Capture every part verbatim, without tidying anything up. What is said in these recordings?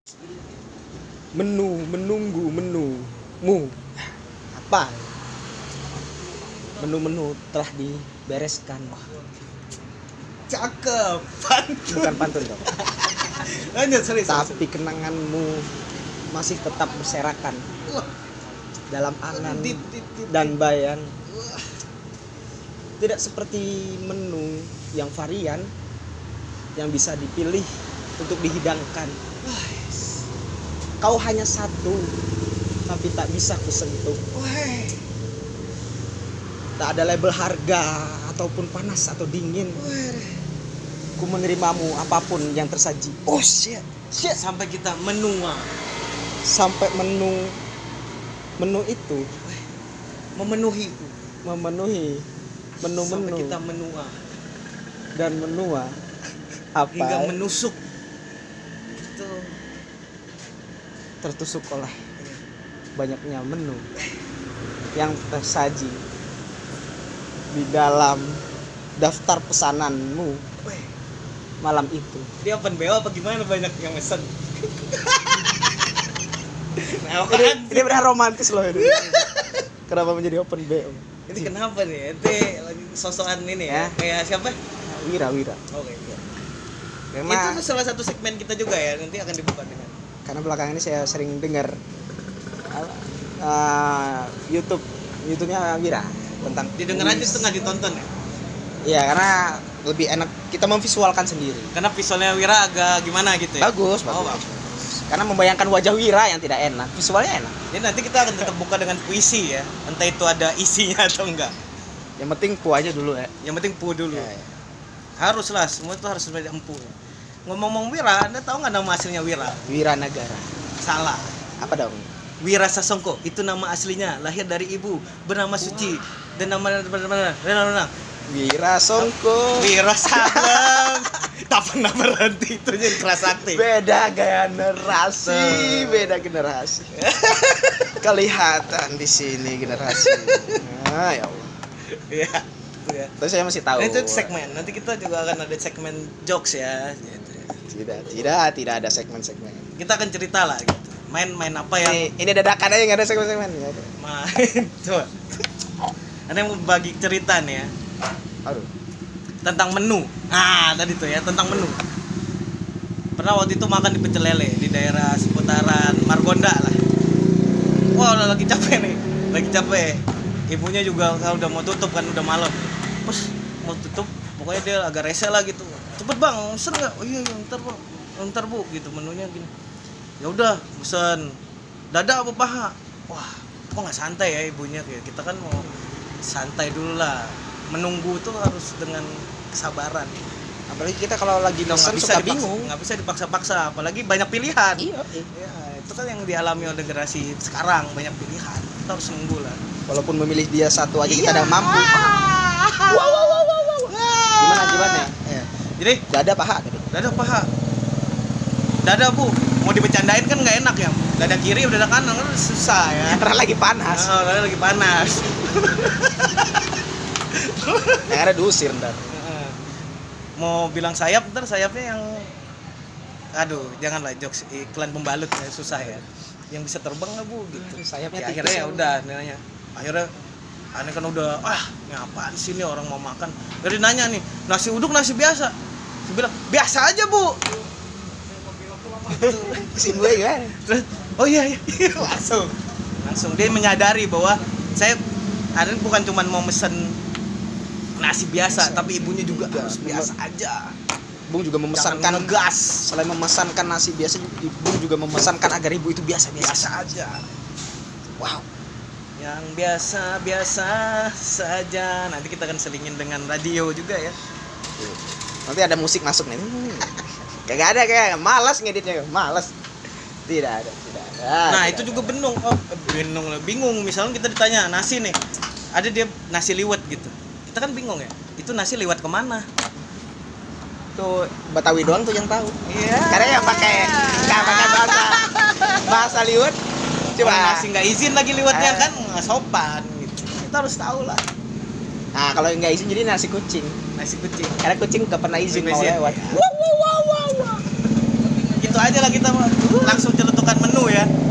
Menu, menunggu, menu, mu. Apa? Menu-menu telah dibereskan. Cakep. Pantun. Bukan pantun dong. Lanjut, serius. Tapi kenanganmu masih tetap berserakan dalam angan Dit, dit, dit, dan bayan. Tidak seperti menu yang varian yang bisa dipilih untuk dihidangkan. Kau hanya satu, tapi tak bisa kusentuh. Wah. Tak ada label harga ataupun panas atau dingin. Ku menerimamu apapun yang tersaji. Oh shit, shit. Sampai kita menua, Sampai menu menu itu memenuhi, memenuhi sampai menu-menu kita menua dan menua apa hingga menusuk. Itu tertusuk oleh banyaknya menu yang tersaji di dalam daftar pesananmu weh, malam itu. dia open B O apa gimana banyak yang mesen? Nah, Ini, ini benar romantis loh ini. Kenapa menjadi open B O? ini kenapa nih? Ente lagi sosokan ini ya? Ya. Kayak siapa? Wira Wira. Oke, iya. Karena, Itu tuh salah satu segmen kita juga ya, nanti akan dibuka dengan karena belakangan ini saya sering dengar uh, YouTube YouTube-nya Wira tentang didengar aja tuh nggak ditonton ya? Iya, karena lebih enak kita memvisualkan sendiri. Karena visualnya Wira agak gimana gitu ya? Bagus, Oh, bagus. bagus. Karena membayangkan wajah Wira yang tidak enak, visualnya enak. Jadi nanti kita akan tetap buka dengan puisi ya, entah itu ada isinya atau enggak. Yang penting pu aja dulu ya. Yang penting pu dulu. Ya, ya. Harus lah, semua itu harus ada empu. Ngomong-ngomong Wira, Anda tahu nggak nama aslinya Wira? Wira Nagara. Salah. Apa dong? Wira Sasongko itu nama aslinya, lahir dari ibu bernama Suci dan nama benar-benar Wira Songko. Wira Salam. Tak pernah berhenti itu jadi kelas aktif. Beda generasi, beda generasi. Kelihatan di sini generasi. Nah, ya Allah. Iya. Itu ya. Tapi saya masih tahu. Nah, itu segmen. Nanti kita juga akan ada segmen jokes ya. Gitu. Tidak, tidak, tidak ada segmen-segmen. Kita akan cerita lah gitu. Main-main apa yang Ini, ini dadakan aja nggak ada segmen-segmen. Nggak ada. main. Coba. Ada yang mau bagi cerita nih ya. Aduh. Tentang menu. Nah, tadi tuh ya, tentang menu. Pernah waktu itu makan di pecel lele di daerah seputaran Margonda lah. Wah, udah lagi capek nih. Lagi capek. Ibunya juga kalau udah mau tutup kan udah malam. Terus mau tutup, pokoknya dia agak rese lah gitu. Cepet bang, pesen nggak? Oh iya, iya, ntar bang, ntar bu, gitu menunya gini. Ya udah, pesen dada apa paha? Wah, kok nggak santai ya ibunya, kayak kita kan mau santai dulu lah. Menunggu tuh harus dengan kesabaran. Apalagi kita kalau lagi Nggak pesen bisa suka dipaksa, bingung. nggak bisa dipaksa-paksa, apalagi banyak pilihan. Iya. Ya, itu kan yang dialami oleh generasi sekarang, banyak pilihan. Kita harus nunggu lah. Walaupun memilih dia satu aja kita Iya. udah mampu. Wow, wow, wow, wow, wow. Gimana gimana? Ya. Jadi Dada paha tadi. dada paha, dada bu, mau dibecandain kan nggak enak ya. Dada kiri, dada kanan kan susah ya. Karena lagi panas. Oh, dada lagi panas. Yang ada diusir ntar. Mau bilang sayap, ntar sayapnya yang, aduh, janganlah jokes iklan pembalut ya, susah ya. Yang bisa terbang nggak bu? Gitu. Sayapnya Ya, tipis akhirnya ya ya. udah nilainya. Akhirnya aneh kan udah, ah ini apaan sih ini orang mau makan. Jadi nanya nih, nasi uduk nasi biasa. Saya bilang biasa aja bu. Si gue gimana? Terus, oh iya iya langsung langsung dia menyadari bahwa saya ada bukan cuma mau mesen nasi biasa, Biasa. tapi ibunya juga Juga. harus biasa aja. Bung juga memesankan Jangan ngegas. Selain memesankan nasi biasa, Bung juga memesankan agar ibu itu biasa-biasa. Biasa aja. Wow. Yang biasa-biasa saja. Nanti kita akan selingin dengan radio juga ya. Nanti ada musik masuk nih. Hmm. Kagak ada kayak malas ngeditnya, malas. Tidak ada, tidak ada. Nah, tidak itu ada. juga bingung. Oh, bingung lah. Bingung misalnya kita ditanya nasi nih. Ada dia nasi liwet gitu. Kita kan bingung ya. Itu nasi liwet kemana? Tuh Betawi doang tuh yang tahu. Iya. Karena yang pakai nggak pakai bahasa bahasa liwet. Coba Orang nasi nggak izin lagi liwetnya Eh. kan nggak sopan gitu. Kita harus tahu lah. Nah, kalau nggak izin jadi nasi kucing. Nasi kucing. Karena kucing nggak pernah izin Nggak mau izin. lewat. Wow, wow, wow, wow, wow. Gitu aja lah kita mah. Langsung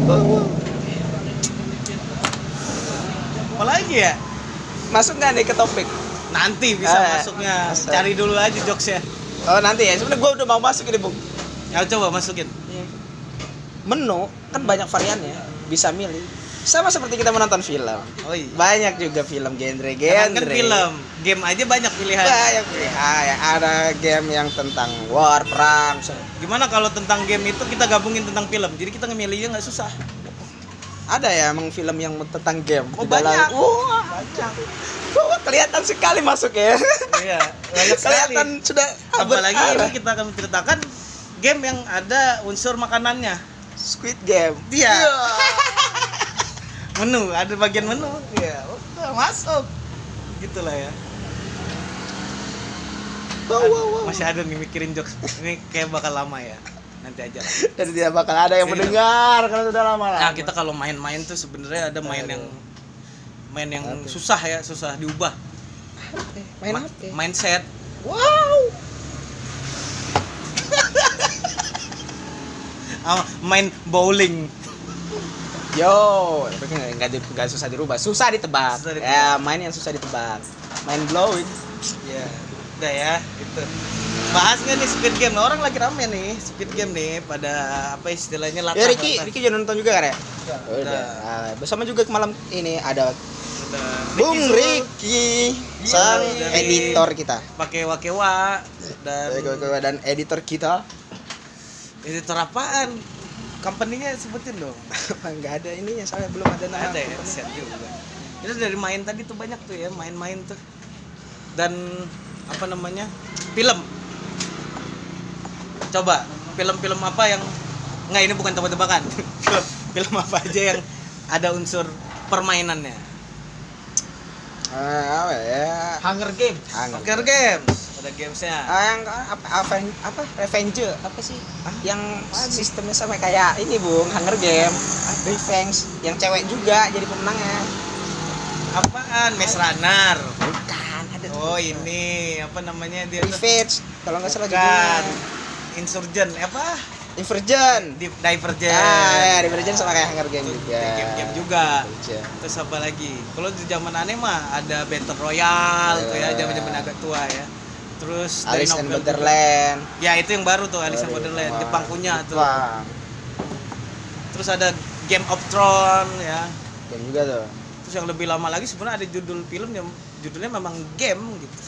Apalagi ya? Masuk nggak nih ke topik? Nanti bisa Eh, masuknya. masuk. Cari dulu aja jokesnya. Oh nanti ya. Sebenarnya gue udah mau masuk ini bung. Ya coba masukin. Menu kan banyak variannya, bisa milih. Sama seperti kita menonton film. Oh iya. Banyak juga film genre Jangan genre. kan film, game aja banyak pilihan. Banyak pilihan. Ya, ada game yang tentang war perang. so- Gimana kalau tentang game itu kita gabungin tentang film, jadi kita ngemilihnya nggak susah. Ada ya emang film yang tentang game. Oh, Di dalam- banyak. Wah, Banyak. wah, kelihatan sekali masuk ya. Iya, banyak sekali. Kelihatan sudah Apalagi berarah. ini kita akan menceritakan game yang ada unsur makanannya. Squid Game. Iya. Menu, ada bagian menu. Iya, oke, masuk. Gitulah ya. Wow, wow, wow. Masih ada nih mikirin jokes. Ini kayak bakal lama ya. Nanti aja lah. Dan tidak bakal ada yang Iya. mendengar kalau sudah lama lah. Nah, kita kalau main-main tuh sebenarnya ada main yang main yang Apa? susah ya, susah diubah. main Ma- apa? Mindset. Wow. Ah, main bowling. Yo, tapi nggak nggak di- nggak susah dirubah, susah ditebak. Susah ditebak. Ya, main yang susah ditebak. Main blowing. Ya, udah ya, itu. Bahas nggak nih Squid Game? Orang lagi rame nih Squid Game nih pada apa istilahnya latar. Ya Ricky, latar. Ricky juga nonton juga kan ya? Udah. Oh, udah. Ah, bersama juga malam ini ada Udah. Bung Zul Ricky, sang dari- editor kita. pakai wakewa dan Dan editor kita editor apaan? Company-nya sebutin dong. nggak ada ininya, soalnya belum ada nama. Ada ya, set juga. Itu dari main tadi tuh banyak tuh ya, main-main tuh. Dan apa namanya? Film. Coba, film-film apa yang nggak ini bukan tebak-tebakan. film, film apa aja yang ada unsur permainannya? Ah, apa ya? Hunger Games. Hunger Hunger Games. Ada gamesnya. Ah, yang apa Aven, apa Revenge apa sih? Yang sistemnya sama kayak ini Bung, Hunger Game, Revenge, yang cewek juga jadi pemenangnya. Apaan? Maze Runner. Bukan, ada tuh. Oh ini apa namanya dia tuh? Revenge, kalau nggak salah Bukan. judulnya. Insurgent apa? Inversion. Di- Divergent. Ah, ya, Divergent sama kayak Hunger Game juga. Game-game juga. Divergent. Terus apa lagi? Kalau di zaman aneh mah ada Battle Royale tuh ya, Eh. zaman-zaman agak tua ya. Terus dari Alice in novel Wonderland. juga. Ya itu yang baru tuh Alice in Wonderland, Wah, Jepang punya tuh. Jepang. Terus ada Game of Thrones ya. Game juga tuh. Terus yang lebih lama lagi sebenarnya ada judul film yang judulnya memang game gitu.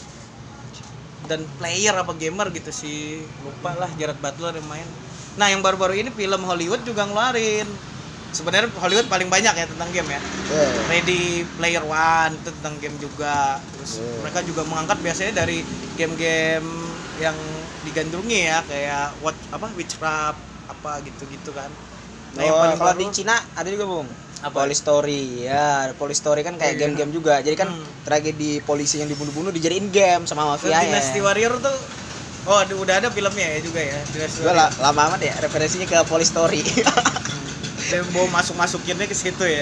Dan player apa gamer gitu sih, lupa lah, Gerard Butler yang main. Nah, yang baru-baru ini film Hollywood juga ngeluarin. Sebenarnya Hollywood paling banyak ya tentang game ya. Yeah. Ready Player One itu tentang game juga. Terus Yeah. mereka juga mengangkat biasanya dari game-game yang digandrungi ya, kayak what apa Witchcraft apa gitu-gitu kan. Nah, yang Oh, paling kalau baru di Cina ada juga Bung. Apa? Police Story. Ya, Police Story kan kayak Iya. game-game juga. Jadi kan Hmm. tragedi polisi yang dibunuh-bunuh dijadiin game sama mafia ya. Dynasty Warrior tuh oh ada- udah ada filmnya ya juga ya. Dynasty Gue Warrior. lama amat ya referensinya ke Police Story. Dia mau masuk-masukinnya ke situ ya.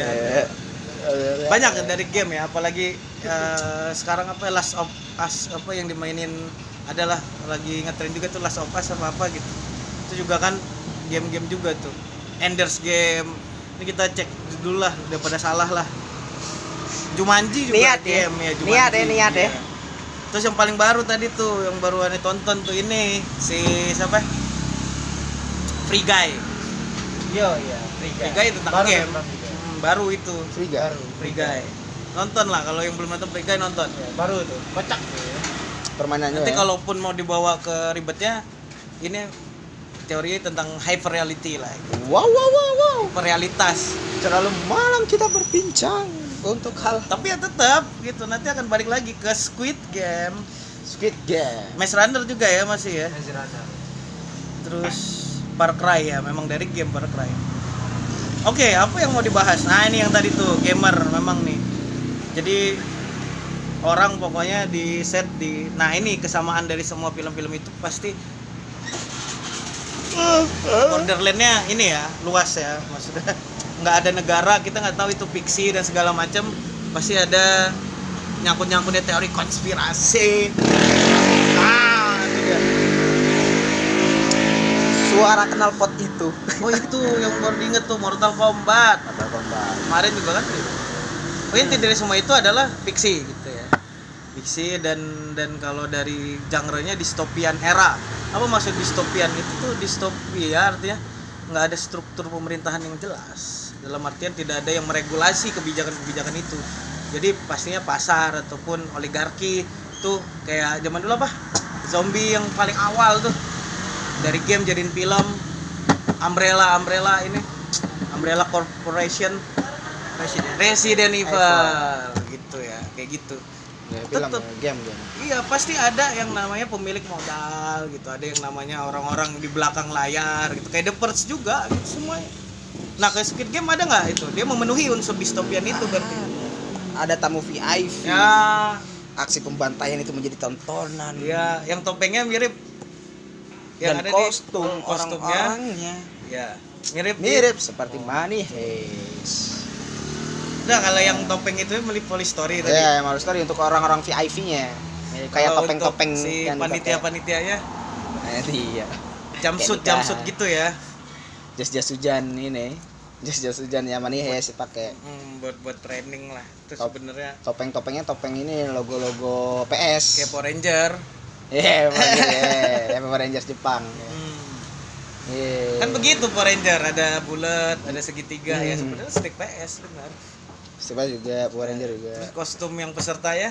Banyak dari game ya, apalagi eh, sekarang apa Last of Us apa yang dimainin adalah lagi ngetren juga tuh Last of Us apa apa gitu. Itu juga kan game-game juga tuh. Ender's Game. Ini kita cek dulu lah daripada salah lah. Jumanji juga Niat ya? game ya, Jumanji. Niat ya, niat ya. Iya. Terus yang paling baru tadi tuh yang baru aneh tonton tuh ini si siapa? Free Guy. Yo iya, Free Guy. Free Guy tentang Baru game. tentang Free Guy. Hmm, baru itu. Free Guy. Free Guy. Nonton lah kalau yang belum nonton Free Guy nonton. Ya, baru tuh, kocak tuh ya. Permainannya. Nanti ya. kalaupun mau dibawa ke ribetnya ini teorinya tentang hyper reality lah. Wow wow wow wow. Hyper realitas. Terlalu malam kita berbincang untuk hal Tapi ya tetap gitu nanti akan balik lagi ke Squid Game. Squid Game. Maze Runner juga ya masih ya. Maze Runner. Terus Far Cry ya, memang dari game Far Cry. Oke, apa yang mau dibahas? Nah, ini yang tadi tuh gamer memang nih. Jadi orang pokoknya di set di nah ini kesamaan dari semua film-film itu pasti borderlandnya ini ya luas ya, maksudnya nggak ada negara, kita nggak tahu itu fiksi dan segala macam, pasti ada nyangkut-nyangkutnya teori konspirasi. Ah, itu dia. Suara knalpot itu itu. Oh itu yang baru diinget tuh Mortal Kombat. Mortal Kombat. Kemarin juga kan. Oh inti dari semua itu adalah fiksi gitu ya. Fiksi dan dan kalau dari genre-nya dystopian era. Apa maksud dystopian itu tuh distopia artinya nggak ada struktur pemerintahan yang jelas. Dalam artian tidak ada yang meregulasi kebijakan-kebijakan itu. Jadi pastinya pasar ataupun oligarki itu kayak zaman dulu apa? Zombie yang paling awal tuh. Dari game jadiin film. Umbrella Umbrella ini. Umbrella Corporation Resident, Resident Evil gitu ya, kayak gitu. Ya, film Tetep, ya, game game. Iya pasti ada yang namanya pemilik modal gitu, ada yang namanya orang-orang di belakang layar gitu, kayak The Purge juga gitu semuanya. Nah kayak Squid Game ada nggak itu? Dia memenuhi unsur dystopian itu berarti. Ada tamu V I P. Ya, Aksi pembantaian itu menjadi tontonan. ya yang topengnya mirip. Yang Dan ada kostum di, kostumnya, orang-orangnya ya mirip. mirip seperti Money Heist. Nah kalau yang topeng itu mirip Polystory tadi. Ya, Mario Story untuk orang-orang V I P-nya. Kayak Kalau topeng-topeng untuk si yang panitia-panitianya Nah, iya. jumpsuit Kayak jumpsuit gitu ya. Jas-jas hujan ini. Jas-jas hujan yang Money Heist pakai. Hmm, buat buat training lah. Terus Top. sebenarnya Topeng-topengnya topeng ini logo-logo P S. kayak Power Ranger. Iya, yeah, Power Rangers Jepang. Hmm. Iya. Kan begitu Power Ranger, ada bulat, ada segitiga ya Hmm. sebenarnya stick P S benar. Siapa juga Power Ranger juga. Terus kostum yang peserta ya?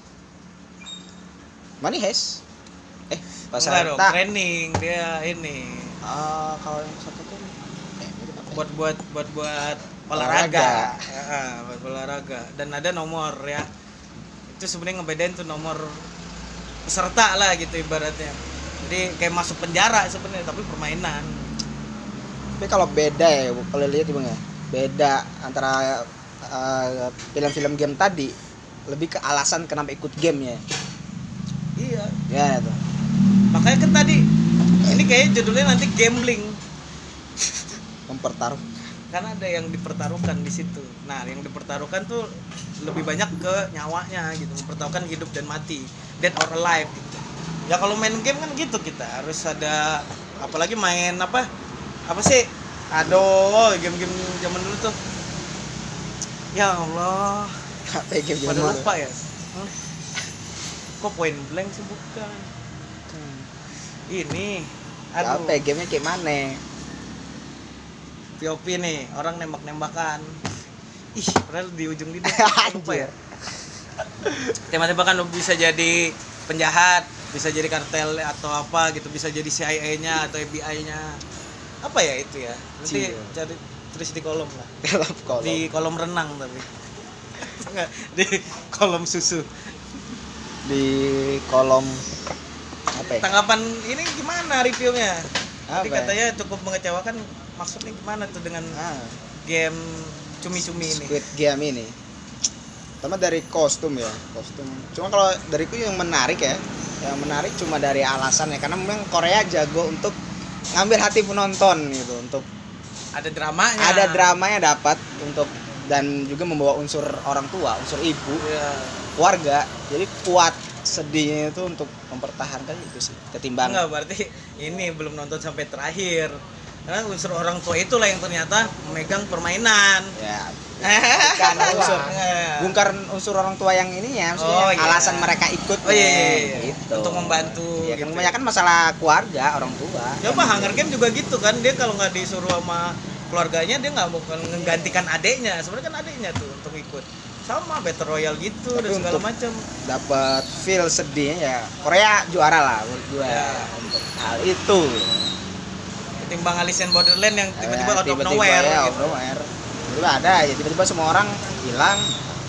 Money Heist. Eh, Enggak dong, peserta. training dia ini Ah, kalau yang satu tuh eh, mirip apa ya? buat buat buat buat Olahraga. olahraga. Heeh, buat olahraga. Dan ada nomor ya. Itu sebenarnya ngebedain tuh nomor peserta lah gitu ibaratnya. Jadi kayak masuk penjara sebenarnya tapi permainan. Tapi kalau beda ya, kalau lihat Bang ya, beda antara uh, film-film game tadi lebih ke alasan kenapa ikut game ya. Iya. Ya itu. Makanya kan tadi ini kayak judulnya nanti gambling. Mempertaruhkan. Karena ada yang dipertaruhkan di situ. Nah, yang dipertaruhkan tuh lebih banyak ke nyawanya gitu, mempertaruhkan hidup dan mati, dead or alive gitu. Ya kalau main game kan gitu kita harus ada, apalagi main apa? Apa sih? Aduh, game-game zaman dulu tuh. Ya Allah, Apa ya game pada zaman lupa ya. Hah? Kok point blank sih bukan? Ini. Aduh. Apa ya, gamenya kayak mana? P O V nih, orang nembak-nembakan. Ih, padahal di ujung lidah lupa ya. Tembak-tembakan lu bisa jadi penjahat, bisa jadi kartel atau apa gitu, bisa jadi C I A-nya atau F B I-nya. Apa ya itu ya? Nanti Cia. cari tulis di kolom lah. Dalam kolom. Di kolom renang tapi. Enggak, di kolom susu. Di kolom apa ya? Tanggapan ini gimana reviewnya? Apa Tadi ya? katanya cukup mengecewakan. Maksudnya gimana tuh dengan Ah, game cumi-cumi ini? Squid Game ini. Pertama dari kostum ya, kostum. Cuma kalau dariku yang menarik ya, yang menarik cuma dari alasannya karena memang Korea jago untuk ngambil hati penonton gitu, untuk Ada dramanya. ada dramanya dapat untuk dan juga membawa unsur orang tua, unsur ibu, Iya. keluarga. Jadi kuat sedihnya itu untuk mempertahankan itu sih ketimbang Enggak, berarti ini belum nonton sampai terakhir. Karena unsur orang tua itulah yang ternyata memegang permainan. ya bukan unsur Iya. bongkar unsur orang tua yang ininya maksudnya Oh, iya. alasan mereka ikut Oh iya, iya, iya. gitu. Untuk membantu ya, kan gitu. kebanyakan masalah keluarga orang tua. Coba Hunger Game juga gitu kan, dia kalau nggak disuruh sama keluarganya dia nggak mau menggantikan adiknya. Sebenarnya kan adiknya tuh untuk ikut. Sama Battle Royale gitu Tapi dan segala untuk- macam. Dapat feel sedihnya ya Korea juara lah menurut gua Ya. untuk hal itu. Ketimbang Alice in Borderland yang tiba-tiba Eh, out of tiba-tiba nowhere ya, out gitu. of nowhere. Tiba-tiba ada ya tiba-tiba semua orang hilang.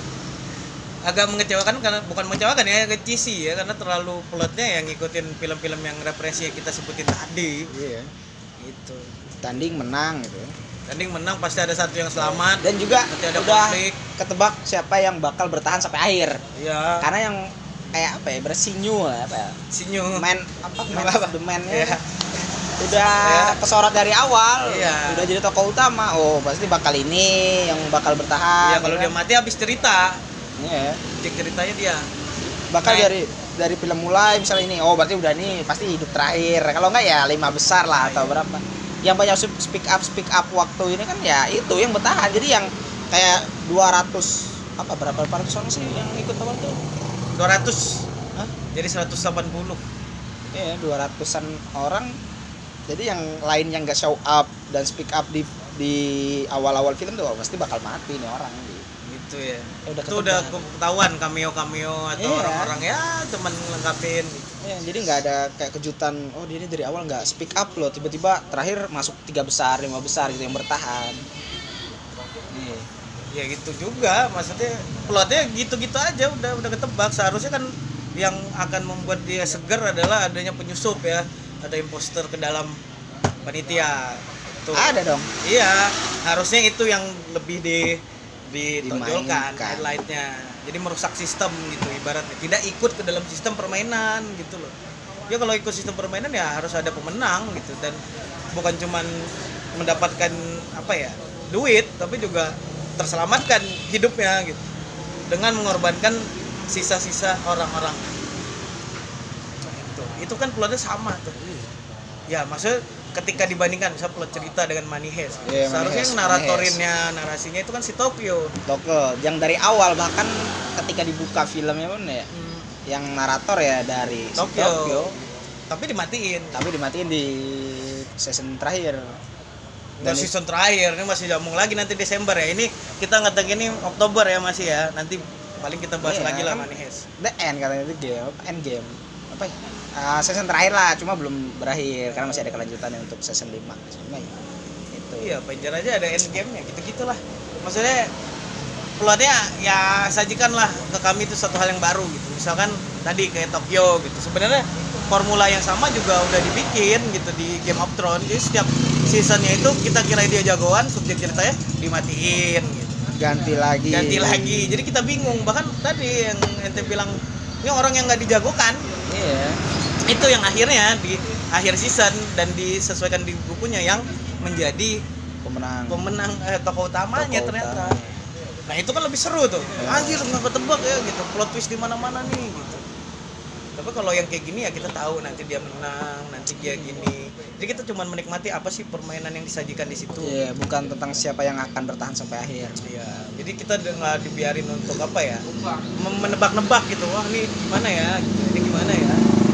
Agak mengecewakan karena bukan mengecewakan ya, agak cheesy ya karena terlalu plotnya yang ngikutin film-film yang referensi yang kita sebutin tadi. Iya. Gitu. Tanding menang gitu. Tanding menang pasti ada satu yang selamat. Dan juga Nanti ada udah konflik. ketebak siapa yang bakal bertahan sampai akhir. Iya. Karena yang kayak apa ya bersinyu apa ya? Sinyu. Man apa man Apa? of the man Iya. udah Iya. kesorot dari awal. Iya. Udah jadi tokoh utama. Oh, pasti bakal ini yang bakal bertahan. Ya kalau ya dia kan? mati habis cerita. Iya. Cek ceritanya dia. Bakal Nah, dari dari film mulai misalnya ini. Oh, berarti udah nih pasti hidup terakhir. Kalau enggak ya lima besar lah atau Iya. berapa. yang banyak sp- speak up speak up waktu ini kan ya itu yang bertahan. Jadi yang kayak dua ratus apa berapa berapa ratus orang sih yang ikut awal tuh? dua ratus. Hah? Jadi seratus delapan puluh. Iya, dua ratusan orang. Jadi yang lain yang nggak show up dan speak up di di awal-awal film tuh pasti bakal mati nih orang Gitu ya. Ya udah Itu udah ketebak. ketahuan cameo-cameo atau Iya. orang-orang ya teman lengkapin. Ya, jadi nggak ada kayak kejutan, oh dia ini dari awal nggak speak up loh, tiba-tiba terakhir masuk tiga besar, lima besar gitu yang bertahan. Iya. Ya gitu juga, maksudnya plotnya gitu-gitu aja udah udah ketebak. Seharusnya kan yang akan membuat dia segar adalah adanya penyusup ya, ada imposter ke dalam panitia. Tuh. Ada dong. Iya, harusnya itu yang lebih di ditonjolkan Dimainkan. highlightnya. Jadi merusak sistem gitu ibaratnya, tidak ikut ke dalam sistem permainan gitu loh. Ya kalau ikut sistem permainan ya harus ada pemenang gitu, dan bukan cuman mendapatkan apa ya duit, tapi juga terselamatkan hidupnya gitu dengan mengorbankan sisa-sisa orang-orang. Itu itu kan plotnya sama tuh. Ya maksudnya ketika dibandingkan misal plot cerita dengan Money Heist, Iya, Money seharusnya Heist, yang naratorinnya narasinya itu kan si Tokyo. Toko yang dari awal bahkan ketika dibuka filmnya pun ya yang narator ya dari si Tokyo. Tokyo, Tapi dimatiin. tapi dimatiin di season terakhir. Dan Dan season terakhir ini masih jambung lagi nanti Desember ya. Ini kita ngetek ini Oktober ya masih ya. Nanti paling kita bahas Iya, lagi lah kan Money Heist. The End katanya itu game, apa, end game. Apa ya? Ah, season terakhir lah, cuma belum berakhir karena masih ada kelanjutannya untuk season lima. Cuma ya, itu. Iya, Pager aja ada end game-nya gitu-gitulah. Maksudnya plotnya ya sajikanlah ke kami itu satu hal yang baru gitu. Misalkan tadi kayak Tokyo gitu. Sebenarnya formula yang sama juga udah dibikin gitu di Game of Thrones. Jadi setiap seasonnya itu kita kira dia jagoan, subjek ceritanya dimatiin gitu. Ganti lagi. Ganti lagi. Jadi kita bingung. Bahkan tadi yang ente bilang ini orang yang nggak dijagokan. Iya. Itu yang akhirnya di akhir season dan disesuaikan di bukunya yang menjadi Pemenang. pemenang eh, tokoh utamanya Tokoh ternyata. utama. Nah itu kan lebih seru tuh. Ya. Anjir nggak ketebak ya gitu. Plot twist di mana-mana nih gitu. Tapi kalau yang kayak gini ya kita tahu nanti dia menang, nanti dia gini. Jadi kita cuma menikmati apa sih permainan yang disajikan di situ. Iya, bukan tentang siapa yang akan bertahan sampai akhir. Iya. Jadi kita nggak dibiarin untuk apa ya? Mem- Menebak-nebak gitu. Wah ini gimana ya? Gitu. Ini gimana ya?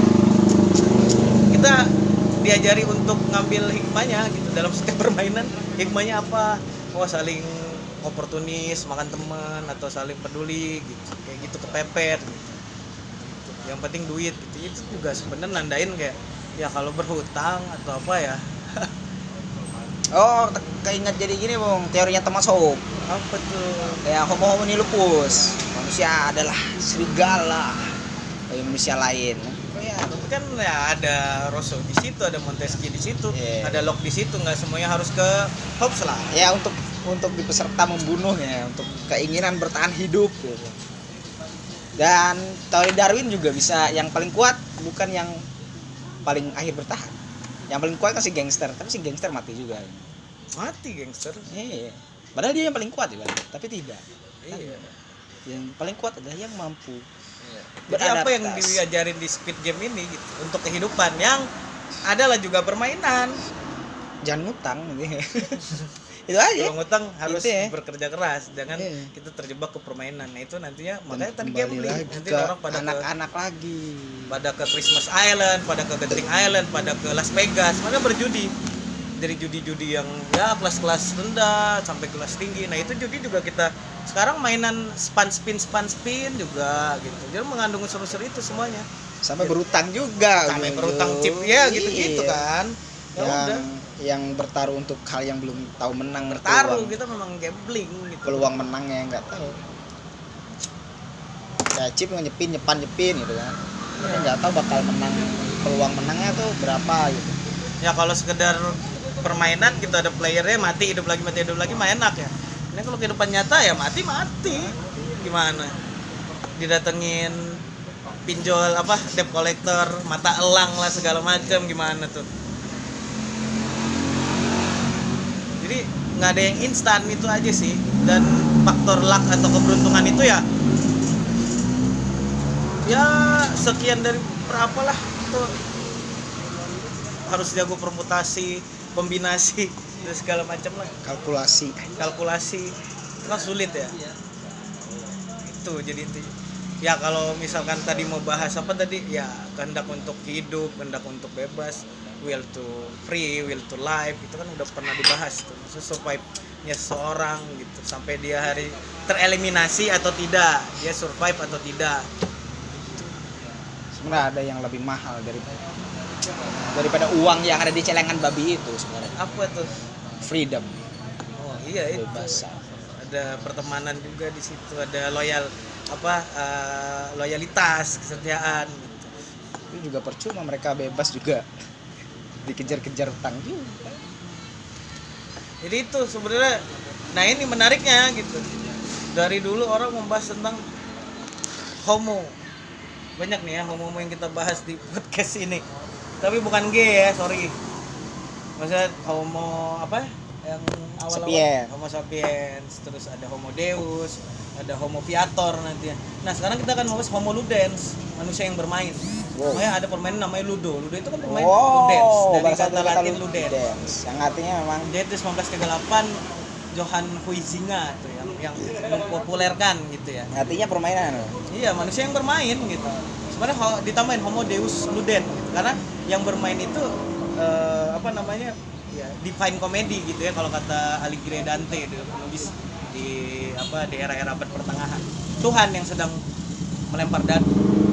Kita diajari untuk ngambil hikmahnya gitu dalam setiap permainan. Hikmahnya apa? Wah saling oportunis, makan teman atau saling peduli gitu. Kayak gitu kepepet gitu. Yang penting duit gitu. Itu juga sebenarnya nandain kayak ya kalau berhutang atau apa ya. Oh, te- keinget jadi gini, Bung. Teorinya Thomas Hobbes. Apa tuh? Kayak homo homini lupus. Manusia adalah serigala bagi manusia lain. Oh ya, Tapi kan ya ada Rousseau di situ, ada Montesquieu di situ, Iya. ada Locke di situ, nggak semuanya harus ke Hobbes lah. ya untuk untuk di peserta membunuhnya, untuk keinginan bertahan hidup gitu. Dan teori Darwin juga bisa yang paling kuat bukan yang paling akhir bertahan. Yang paling kuat kan si gangster, tapi si gangster mati juga. Mati gangster. Iya. Padahal dia yang paling kuat juga, tapi tidak. Iya. Yang paling kuat adalah yang mampu. Jadi apa yang beradaptasi. diajarin di Squid Game ini gitu untuk kehidupan yang adalah juga permainan. Jangan ngutang gitu. Itu aja. Kalau ngutang harus Itu ya. bekerja keras, jangan Iya. kita terjebak ke permainan. Nah itu nantinya Dan makanya tadi kembali gambling. lagi Nanti ke orang pada ke anak-anak lagi. pada ke Christmas Island, pada ke Genting Island, pada ke Las Vegas, mereka berjudi. Dari judi-judi yang ya kelas-kelas rendah sampai kelas tinggi. Nah, itu judi juga kita sekarang mainan spin spin spin spin juga gitu. Jadi mengandung unsur-unsur itu semuanya. Sampai berutang juga. Sampai gitu. berutang chip ya gitu-gitu Iya. kan. Ya yang udah, yang bertaruh untuk hal yang belum tahu menang, bertaruh peluang, kita memang gambling gitu. peluang menangnya nggak tahu. Kayak chip nyepin nyepan nyepin gitu kan. Tapi nggak tahu bakal menang, peluang menangnya tuh berapa gitu. Ya kalau sekedar permainan gitu ada playernya mati hidup lagi mati hidup lagi mah enak ya. Ini kalau kehidupan nyata ya mati mati. Gimana? Didatengin pinjol apa debt collector, mata elang lah segala macam gimana tuh. Jadi nggak ada yang instan itu aja sih, dan faktor luck atau keberuntungan itu ya ya sekian dari berapa lah itu harus jago permutasi, kombinasi dan segala macam lah, Kalkulasi. kalkulasi itu kan sulit ya. Itu jadi intinya. Ya kalau misalkan tadi mau bahas apa tadi ya, kehendak untuk hidup, kehendak untuk bebas, will to free, will to life, itu kan udah pernah dibahas tuh. Maksudnya survive-nya seseorang gitu sampai dia hari tereliminasi atau tidak, dia survive atau tidak. Sebenarnya ada yang lebih mahal daripada daripada uang yang ada di celengan babi itu sebenarnya. Apa tuh? Freedom. Oh iya itu. Kebebasan. Ada pertemanan juga di situ, ada loyal apa uh, loyalitas, kesetiaan gitu. Itu juga percuma, mereka bebas juga dikejar-kejar utang juga. Jadi itu sebenarnya, nah ini menariknya gitu. Dari dulu orang membahas tentang homo, banyak nih ya homo-homo yang kita bahas di podcast ini. Tapi bukan gay ya, sorry. Maksudnya homo apa? Yang awal-awal Sapien. homo sapiens, terus ada homo deus, ada homo viator nanti ya. Nah sekarang kita akan membahas homo ludens, manusia yang bermain. Wow. Makanya ada permainan namanya ludo. Ludo itu kan permain Wow, ludens, dari bahasa kata Latin ludens. Yang artinya memang Jadi sembilan belas tiga puluh delapan Johann Huizinga tuh yang yang mempopulerkan gitu ya. artinya permainan. Iya, manusia yang bermain gitu. Sebenarnya ho- ditambahin homo deus luden gitu. Karena yang bermain itu eh, apa namanya? Ya, divine comedy gitu ya kalau kata Alighieri Dante, dia penulis di apa di era-era abad pertengahan. Tuhan yang sedang melempar dadu.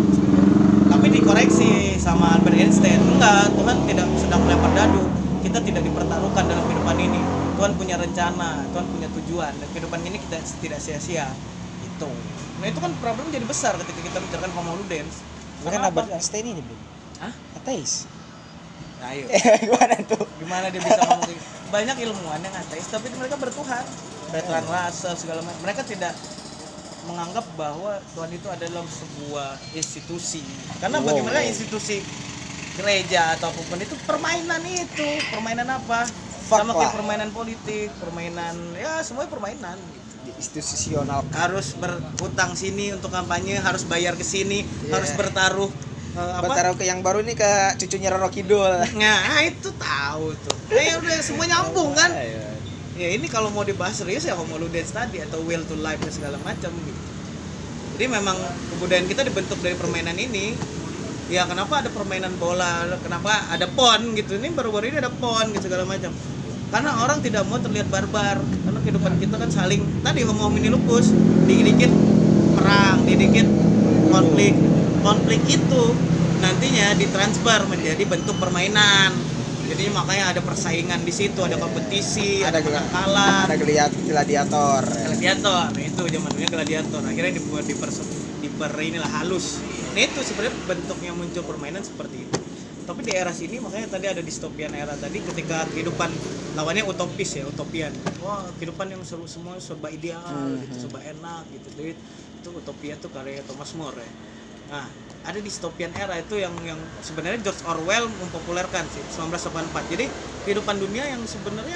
Tapi dikoreksi sama Albert Einstein, enggak, Tuhan tidak sedang melempar dadu. Kita tidak dipertaruhkan dalam kehidupan ini. Tuhan punya rencana, Tuhan punya tujuan, dan kehidupan ini kita tidak sia-sia. Itu. Nah itu kan problem jadi besar ketika kita bicarakan homo ludens. Bukan Karena Albert apa? Einstein ini, Bro. Hah? Ateis. Nah, ayo. Gimana tuh? Gimana dia bisa ngomong kayak gitu? Banyak ilmuwan yang ateis tapi mereka bertuhan. Bertrand Russell segala macam. Mereka tidak menganggap bahwa Tuhan itu adalah sebuah institusi. Karena bagi Wow. mereka institusi gereja atau apapun itu permainan itu, permainan apa? Fuck Sama lah. kayak permainan politik, permainan ya semuanya permainan gitu. Institusional. Harus berutang sini untuk kampanye, harus bayar ke sini, Yeah. harus bertaruh eh, apa? Bertaruh ke yang baru ini ke cucunya Roro Kidul. Nah, itu tahu tuh. Eh udah semua nyambung kan? Ayo. Ya ini kalau mau dibahas serius ya homo ludens tadi atau will to life dan segala macam gitu. Jadi memang kebudayaan kita dibentuk dari permainan ini. Ya kenapa ada permainan bola, kenapa ada pon gitu. Ini baru-baru ini ada pon gitu segala macam. Karena orang tidak mau terlihat barbar. Karena kehidupan kita kan saling tadi homo homini lupus, dikit-dikit perang, dikit-dikit konflik. Konflik itu nantinya ditransfer menjadi bentuk permainan. Jadi makanya ada persaingan di situ, ada kompetisi, Ada ada gela- kalah, Ada geliat gladiator. gladiator. Nah, itu zaman dulunya gladiator. Akhirnya dibuat diper diper inilah halus. Nah, itu sebenarnya bentuknya muncul permainan seperti itu. Tapi di era sini makanya tadi ada distopian era tadi ketika kehidupan lawannya utopis ya, utopian. Wah, kehidupan yang seru semua serba ideal gitu, serba enak gitu. Jadi itu utopia tuh karya Thomas More ya. Nah, ada distopian era itu yang yang sebenarnya George Orwell mempopulerkan sih seribu sembilan ratus delapan puluh empat. Jadi kehidupan dunia yang sebenarnya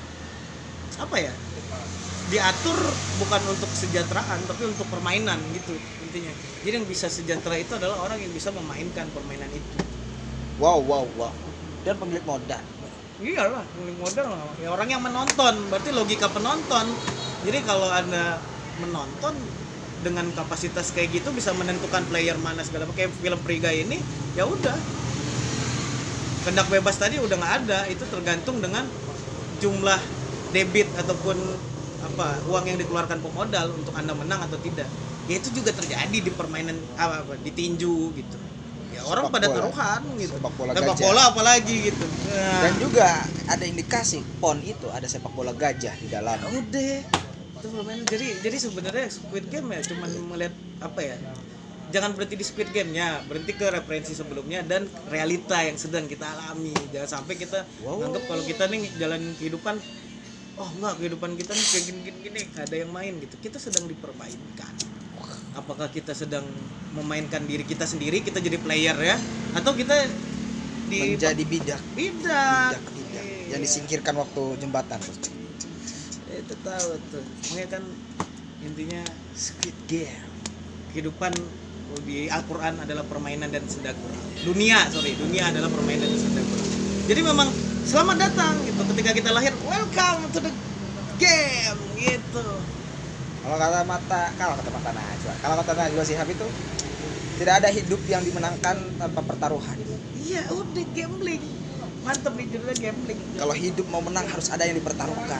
apa ya? Diatur bukan untuk kesejahteraan tapi untuk permainan gitu intinya. Jadi yang bisa sejahtera itu adalah orang yang bisa memainkan permainan itu. Wow, wow, wow. Dan pemilik modal. Iyalah, pemilik modal lah. Ya orang yang menonton, berarti logika penonton. Jadi kalau Anda menonton dengan kapasitas kayak gitu bisa menentukan player mana segala macam. Kayak film Prigai ini, ya udah. Kehendak bebas tadi udah nggak ada, itu tergantung dengan jumlah debit ataupun apa uang yang dikeluarkan pemodal untuk Anda menang atau tidak. Ya itu juga terjadi di permainan apa, apa di tinju gitu. Ya orang Sepak pada bola. taruhan gitu. Sepak bola Sepak gajah. bola apalagi gitu. Nah. Dan juga ada indikasi pon itu ada sepak bola gajah di dalam. Ya udah itu permainan. Jadi jadi sebenarnya Squid Game ya cuman melihat apa ya, jangan berhenti di Squid Game nya, berhenti ke referensi sebelumnya dan realita yang sedang kita alami. Jangan sampai kita Wow. anggap kalau kita nih jalan kehidupan, oh enggak, kehidupan kita nih kayak gini gini gini, ada yang main gitu. Kita sedang dipermainkan. Apakah kita sedang memainkan diri kita sendiri, kita jadi player ya, atau kita di Menjadi bidak. bidak, Bidak, bidak. Iya. Yang disingkirkan waktu jembatan. Itu tahu tuh. Makanya kan intinya Squid Game. kehidupan di Al-Quran adalah permainan dan sedekah. Dunia, sorry, dunia adalah permainan dan sedekah. Jadi memang selamat datang gitu. Ketika kita lahir, welcome to the game gitu. Kalau kata mata, kalau kata mata Najwa, kalau kata Najwa Shihab itu tidak ada hidup yang dimenangkan tanpa pertaruhan. Iya, udah gambling. Mantep nih judulnya gambling. Kalau hidup mau menang harus ada yang dipertaruhkan.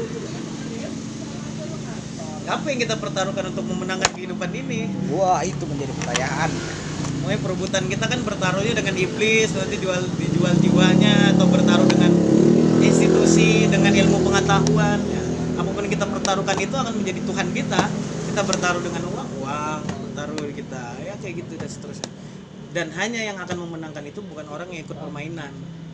Apa yang kita pertaruhkan untuk memenangkan kehidupan ini? Wah, itu menjadi pertanyaan. Makanya perebutan kita kan bertaruhnya dengan iblis, nanti jual dijual jiwanya, atau bertaruh dengan institusi, dengan ilmu pengetahuan. Ya. Apapun yang kita pertaruhkan itu akan menjadi Tuhan kita. Kita bertaruh dengan uang, uang, bertaruh kita, ya kayak gitu dan seterusnya. Dan hanya yang akan memenangkan itu bukan orang yang ikut permainan.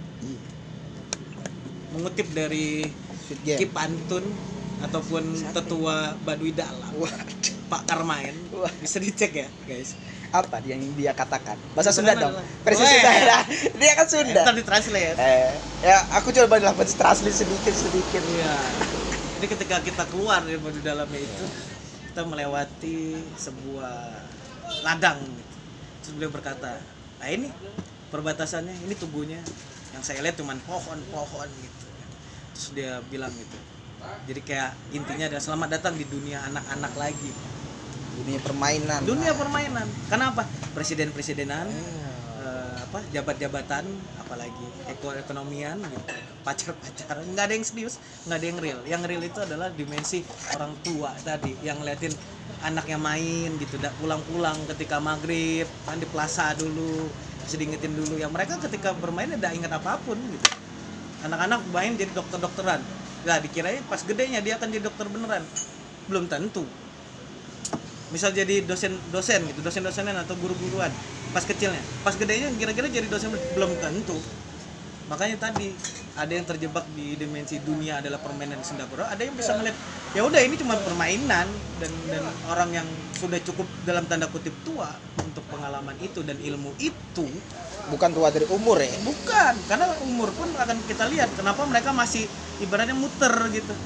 Mengutip dari Squid Game. Ki Pantun ataupun tetua Baduy Dalam, Waduh. Pak Karmain, Wah. bisa dicek ya guys. Apa yang dia katakan? Bahasa Itu Sunda kan dong. adalah- Versi Oh, Sunda iya. ya. Dia kan Sunda. Ntar ditranslate. Eh, ya aku coba dilakukan translate sedikit-sedikit. Iya. Jadi ketika kita keluar dari Baduy Dalamnya itu, kita melewati sebuah ladang gitu. Terus beliau berkata, nah ini perbatasannya, ini tubuhnya, yang saya lihat cuman pohon-pohon gitu. Terus dia bilang gitu, jadi kayak intinya adalah selamat datang di dunia anak-anak lagi, Dunia permainan. dunia permainan. Kenapa? Presiden-presidenan, Eh, eh, apa jabat-jabatan, apalagi ekonomian gitu, pacar-pacaran, nggak ada yang serius, nggak ada yang real. Yang real itu adalah dimensi orang tua tadi yang liatin anaknya main gitu, dak pulang-pulang ketika maghrib kan di plaza dulu, terus diingetin dulu ya mereka ketika bermain tidak ingat apapun gitu. Anak-anak main jadi dokter-dokteran, lah dikirain pas gedenya dia akan jadi dokter beneran, belum tentu. Misal jadi dosen-dosen gitu, dosen-dosenan atau guru-guruan pas kecilnya, pas gedenya kira-kira jadi dosen belum tentu. Makanya tadi ada yang terjebak di dimensi dunia adalah permainan sendagora, ada yang bisa melihat ya udah ini cuma permainan, dan dan orang yang sudah cukup dalam tanda kutip tua untuk pengalaman itu dan ilmu itu. bukan tua dari umur ya. Bukan, karena umur pun akan kita lihat kenapa mereka masih ibaratnya muter gitu,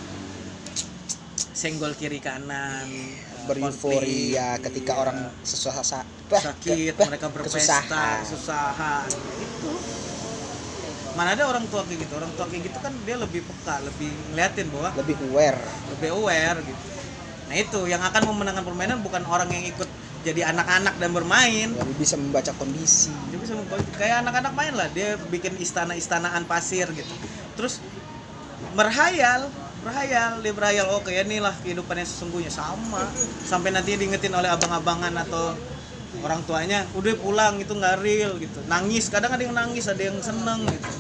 senggol kiri kanan, Bereuforia konflik, ketika iya. orang susah sakit, mereka berpesta, kesusahan. kesusahan, itu. Mana ada orang tua kayak gitu, orang tua kayak gitu kan dia lebih peka, lebih ngeliatin bahwa Lebih aware. lebih aware gitu. Nah itu yang akan memenangkan permainan bukan orang yang ikut jadi anak-anak dan bermain. Lebih bisa membaca kondisi. Dia bisa membawa- kayak anak-anak main lah, dia bikin istana-istanaan pasir gitu. Terus berhayal, berhayal, dia berhayal oh kayak inilah kehidupan yang sesungguhnya, sama. Sampai nanti diingetin oleh abang-abangan atau orang tuanya, udah pulang itu nggak real gitu. Nangis, kadang ada yang nangis, ada yang seneng gitu.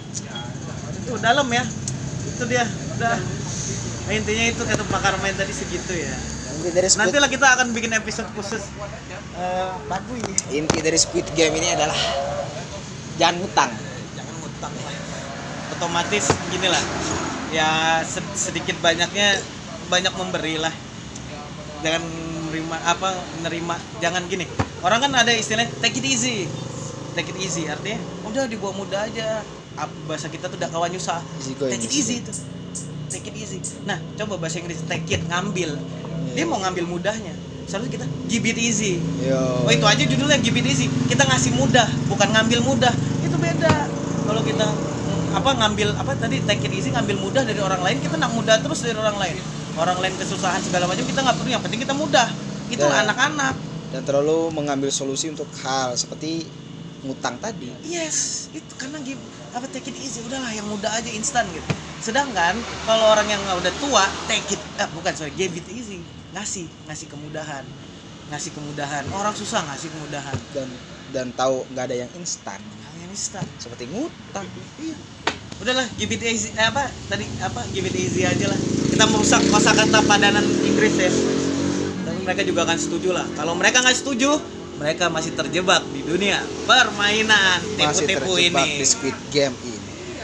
Itu dalam ya. Itu dia. Udah. Nah, intinya itu kata Pak Karmain tadi segitu ya. Inti dari Squid, Nantilah kita akan bikin episode khusus eh Baduy. inti dari Squid Game ini adalah jangan ngutang. Jangan ngutang lah. Otomatis gini lah. Ya sed- sedikit banyaknya banyak memberi lah. Jangan menerima apa menerima jangan gini. Orang kan ada istilahnya take it easy. Take it easy artinya udah dibawa mudah aja. Ap- Bahasa kita tuh udah kawan nyusah. Easy going, Take it easy easy itu. Take it easy. Nah, coba bahasa Inggris take it, ngambil. Dia mau ngambil mudahnya. Seharusnya kita give it easy. Yo. Oh itu aja judulnya give it easy. Kita ngasih mudah, bukan ngambil mudah. Itu beda. Kalau kita mm, apa ngambil apa tadi take it easy ngambil mudah dari orang lain, kita nak mudah terus dari orang lain. Orang lain kesusahan segala macam kita nggak perlu. Yang penting kita mudah. Itulah Dan- anak-anak. Dan terlalu mengambil solusi untuk hal seperti ngutang tadi. Yes, itu karena give apa take it easy. Udahlah yang mudah aja instan gitu. Sedangkan kalau orang yang udah tua take it eh, bukan sorry give it easy, ngasih ngasih kemudahan. Ngasih kemudahan. Orang susah ngasih kemudahan. Dan dan tahu nggak ada yang instan Yang instan. seperti ngutang. Iya. Udahlah, give it easy. Eh, apa tadi apa? Give it easy aja lah. Kita merusak kosakata padanan Inggris ya. Tapi mereka juga akan setuju lah. Kalau mereka nggak setuju, mereka masih terjebak di dunia permainan Masih tipu-tipu terjebak ini. di Squid Game ini.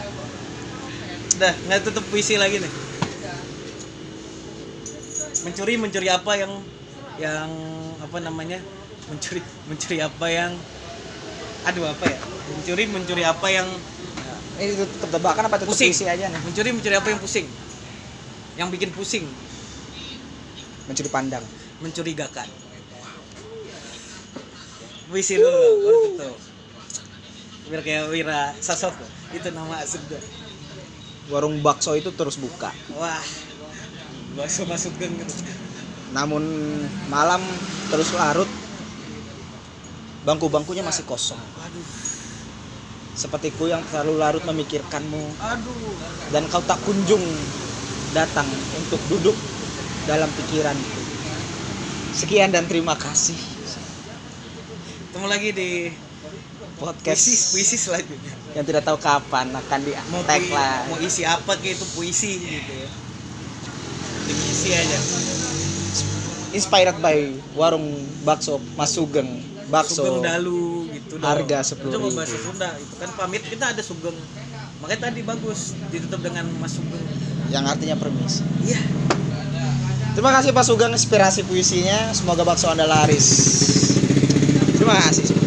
Udah, nggak tutup puisi lagi nih. Mencuri mencuri apa yang yang apa namanya? Mencuri mencuri apa yang aduh apa ya? Mencuri mencuri apa yang Ini tutup tebakan apa tutup pusing puisi aja nih? Mencuri mencuri apa yang pusing? Yang bikin pusing, Mencuri pandang. mencurigakan. Puisi dulu, baru tutup. Biar kayak Wira Sasoko. Itu nama asli gue. warung bakso itu terus buka. Wah, bakso masuk gang gitu. Namun malam terus larut, bangku-bangkunya masih kosong. Aduh, Sepertiku yang terlalu larut memikirkanmu aduh. dan kau tak kunjung datang untuk duduk dalam pikiranku. Sekian dan terima kasih. Ketemu lagi di Podcast puisi, puisi selanjutnya. yang tidak tahu kapan akan di Mau tag pui- lah. mau isi apa kayak itu puisi gitu ya. Diisi aja. Inspired by warung bakso Mas Sugeng. Bakso Sugeng Dalu gitu dong. harga sepuluh Coba ribu. bahasa Sunda itu kan pamit kita ada Sugeng. Makanya tadi bagus ditutup dengan Mas Sugeng. yang artinya permisi. Iya. Terima kasih Pak Sugeng inspirasi puisinya. Semoga bakso Anda laris. Terima kasih.